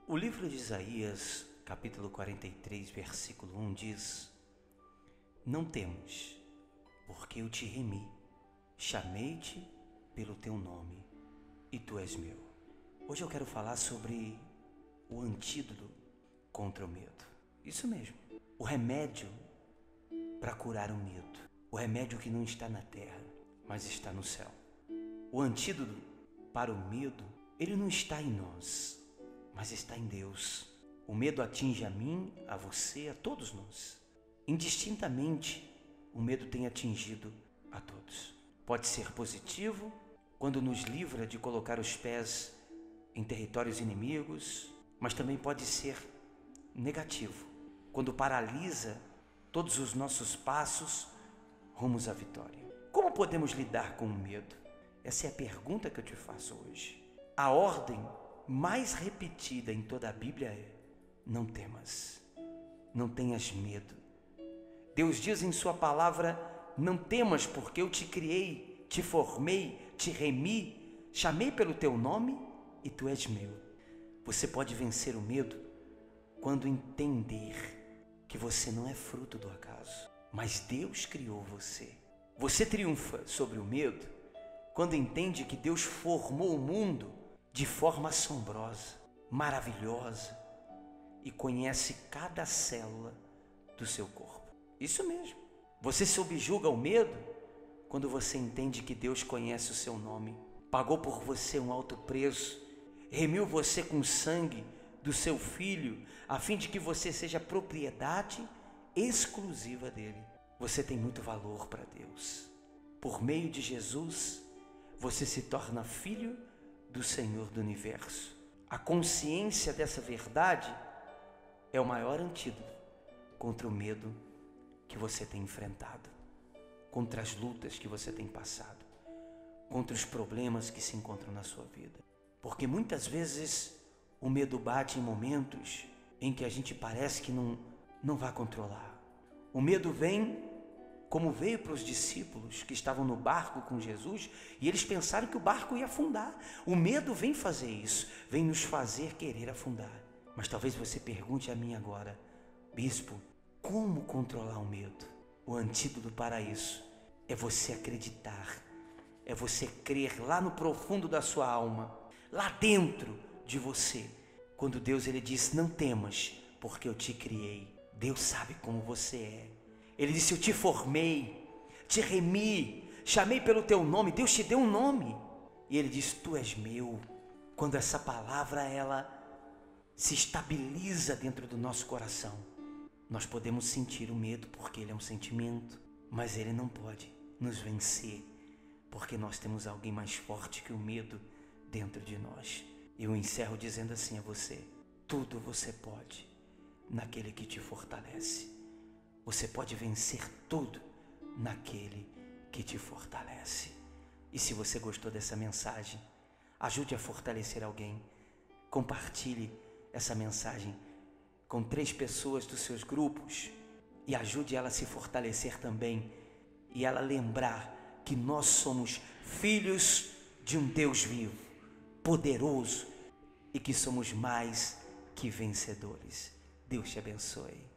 O livro de Isaías, capítulo 43, versículo 1 diz: Não temas, porque eu te remi, chamei-te pelo teu nome, e tu és meu. Hoje eu quero falar sobre o antídoto contra o medo. Isso mesmo, o remédio para curar o medo. O remédio que não está na terra, mas está no céu. O antídoto para o medo, ele não está em nós, mas está em Deus. O medo atinge a mim, a você, a todos nós. Indistintamente, o medo tem atingido a todos. Pode ser positivo, quando nos livra de colocar os pés em territórios inimigos, mas também pode ser negativo, quando paralisa todos os nossos passos rumos à vitória. Como podemos lidar com o medo? Essa é a pergunta que eu te faço hoje. A ordem mais repetida em toda a Bíblia é: não temas, não tenhas medo. Deus diz em sua palavra: não temas, porque eu te criei, te formei, te remi, chamei pelo teu nome e tu és meu. Você pode vencer o medo quando entender que você não é fruto do acaso, mas Deus criou você. Você triunfa sobre o medo quando entende que Deus formou o mundo de forma assombrosa, maravilhosa, e conhece cada célula do seu corpo. Isso mesmo. Você subjuga o medo quando você entende que Deus conhece o seu nome, pagou por você um alto preço, remiu você com o sangue do seu filho, a fim de que você seja propriedade exclusiva dele. Você tem muito valor para Deus. Por meio de Jesus, você se torna filho do Senhor do Universo. A consciência dessa verdade é o maior antídoto contra o medo que você tem enfrentado, contra as lutas que você tem passado, contra os problemas que se encontram na sua vida. Porque muitas vezes o medo bate em momentos em que a gente parece que não vai controlar. O medo vem como veio para os discípulos que estavam no barco com Jesus e eles pensaram que o barco ia afundar. O medo vem fazer isso, vem nos fazer querer afundar. Mas talvez você pergunte a mim agora: bispo, como controlar o medo? O antídoto para isso é você acreditar, é você crer lá no profundo da sua alma, lá dentro de você, quando Deus ele diz: não temas, porque eu te criei. Deus sabe como você é. Ele disse: eu te formei, te remi, chamei pelo teu nome. Deus te deu um nome. E ele diz: tu és meu. Quando essa palavra ela se estabiliza dentro do nosso coração, nós podemos sentir o medo, porque ele é um sentimento, mas ele não pode nos vencer, porque nós temos alguém mais forte que o medo dentro de nós. Eu encerro dizendo assim a você: tudo você pode naquele que te fortalece. Você pode vencer tudo naquele que te fortalece. E se você gostou dessa mensagem, ajude a fortalecer alguém. Compartilhe essa mensagem com 3 pessoas dos seus grupos e ajude ela a se fortalecer também e ela lembrar que nós somos filhos de um Deus vivo, poderoso, e que somos mais que vencedores. Deus te abençoe.